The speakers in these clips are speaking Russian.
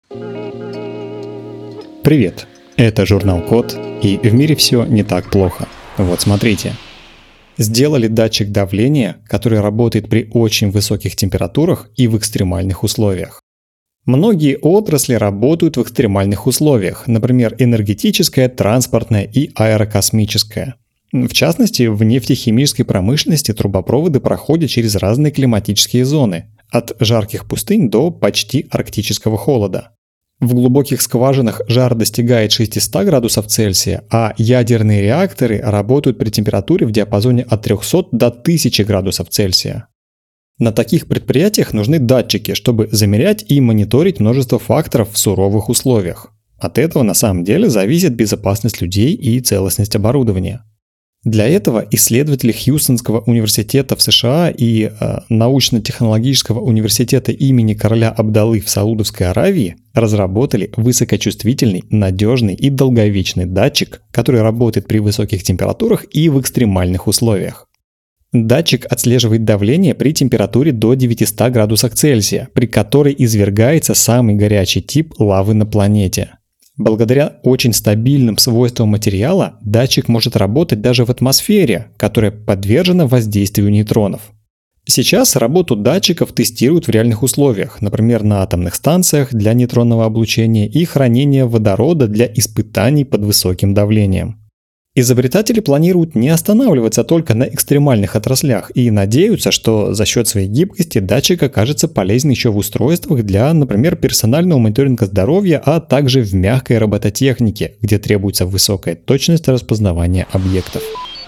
Привет, это журнал Код, и в мире все не так плохо. Вот смотрите. Сделали датчик давления, который работает при очень высоких температурах и в экстремальных условиях. Многие отрасли работают в экстремальных условиях, например, энергетическая, транспортная и аэрокосмическая. В частности, в нефтехимической промышленности трубопроводы проходят через разные климатические зоны, от жарких пустынь до почти арктического холода. В глубоких скважинах жар достигает 600 градусов Цельсия, а ядерные реакторы работают при температуре в диапазоне от 300 до 1000 градусов Цельсия. На таких предприятиях нужны датчики, чтобы замерять и мониторить множество факторов в суровых условиях. От этого на самом деле зависит безопасность людей и целостность оборудования. Для этого исследователи Хьюстонского университета в США и научно-технологического университета имени короля Абдаллы в Саудовской Аравии разработали высокочувствительный, надежный и долговечный датчик, который работает при высоких температурах и в экстремальных условиях. Датчик отслеживает давление при температуре до 900 градусов Цельсия, при которой извергается самый горячий тип лавы на планете. Благодаря очень стабильным свойствам материала датчик может работать даже в атмосфере, которая подвержена воздействию нейтронов. Сейчас работу датчиков тестируют в реальных условиях, например, на атомных станциях для нейтронного облучения и хранения водорода для испытаний под высоким давлением. Изобретатели планируют не останавливаться только на экстремальных отраслях и надеются, что за счет своей гибкости датчик окажется полезен еще в устройствах для, например, персонального мониторинга здоровья, а также в мягкой робототехнике, где требуется высокая точность распознавания объектов.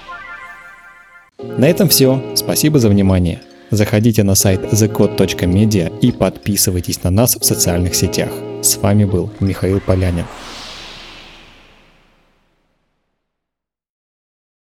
На этом все. Спасибо за внимание. Заходите на сайт thecode.media и подписывайтесь на нас в социальных сетях. С вами был Михаил Полянин.